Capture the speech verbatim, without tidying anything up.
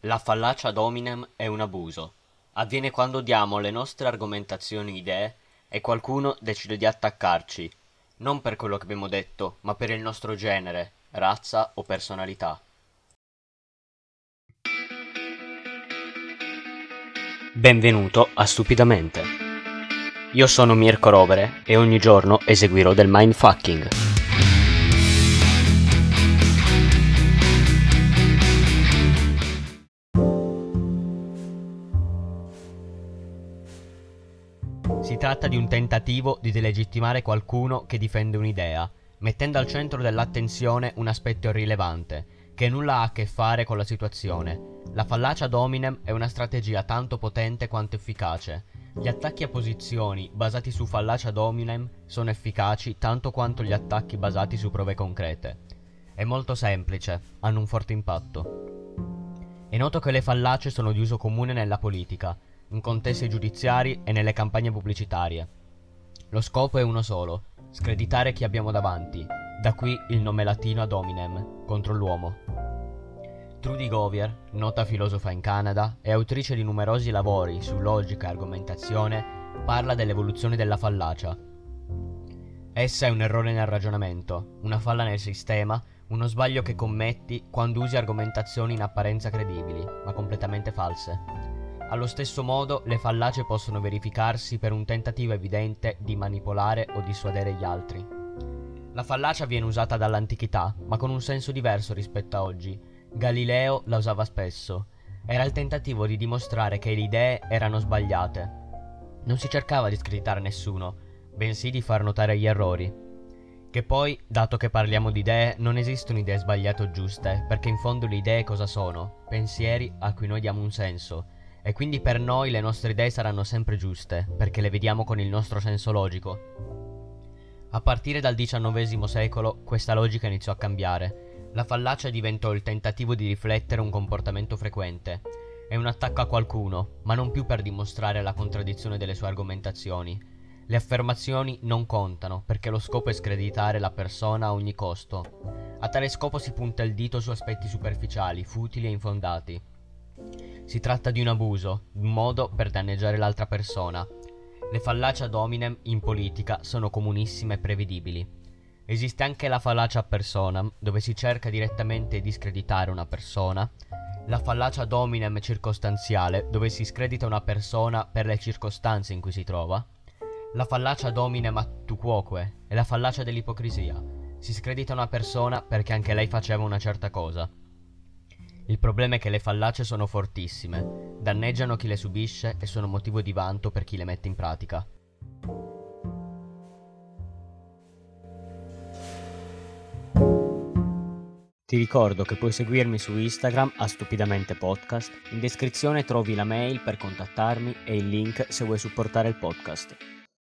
La fallacia ad hominem è un abuso. Avviene quando diamo le nostre argomentazioni e idee e qualcuno decide di attaccarci, non per quello che abbiamo detto, ma per il nostro genere, razza o personalità. Benvenuto a Stupidamente. Io sono Mirko Rovere e ogni giorno eseguirò del mindfucking. Si tratta di un tentativo di delegittimare qualcuno che difende un'idea, mettendo al centro dell'attenzione un aspetto irrilevante, che nulla ha a che fare con la situazione. La fallacia ad hominem è una strategia tanto potente quanto efficace. Gli attacchi a posizioni basati su fallacia ad hominem sono efficaci tanto quanto gli attacchi basati su prove concrete. È molto semplice, hanno un forte impatto. È noto che le fallacie sono di uso comune nella politica, in contesti giudiziari e nelle campagne pubblicitarie. Lo scopo è uno solo: screditare chi abbiamo davanti. Da qui il nome latino ad hominem, contro l'uomo. Trudy Govier, nota filosofa in Canada e autrice di numerosi lavori su logica e argomentazione, parla dell'evoluzione della fallacia. Essa è un errore nel ragionamento, una falla nel sistema, uno sbaglio che commetti quando usi argomentazioni in apparenza credibili, ma completamente false. Allo stesso modo, le fallacie possono verificarsi per un tentativo evidente di manipolare o dissuadere gli altri. La fallacia viene usata dall'antichità, ma con un senso diverso rispetto a oggi. Galileo la usava spesso. Era il tentativo di dimostrare che le idee erano sbagliate. Non si cercava di screditare nessuno, bensì di far notare gli errori. Che poi, dato che parliamo di idee, non esistono idee sbagliate o giuste, perché in fondo le idee cosa sono? Pensieri a cui noi diamo un senso. E quindi per noi le nostre idee saranno sempre giuste, perché le vediamo con il nostro senso logico. A partire dal diciannovesimo secolo, questa logica iniziò a cambiare. La fallacia diventò il tentativo di riflettere un comportamento frequente. È un attacco a qualcuno, ma non più per dimostrare la contraddizione delle sue argomentazioni. Le affermazioni non contano, perché lo scopo è screditare la persona a ogni costo. A tale scopo si punta il dito su aspetti superficiali, futili e infondati. Si tratta di un abuso, un modo per danneggiare l'altra persona. Le fallacie ad hominem in politica sono comunissime e prevedibili. Esiste anche la fallacia a personam, dove si cerca direttamente di screditare una persona. La fallacia ad hominem circostanziale, dove si scredita una persona per le circostanze in cui si trova. La fallacia ad hominem attu quoque è la fallacia dell'ipocrisia. Si scredita una persona perché anche lei faceva una certa cosa. Il problema è che le fallacie sono fortissime, danneggiano chi le subisce e sono motivo di vanto per chi le mette in pratica. Ti ricordo che puoi seguirmi su Instagram a Stupidamente Podcast, in descrizione trovi la mail per contattarmi e il link se vuoi supportare il podcast.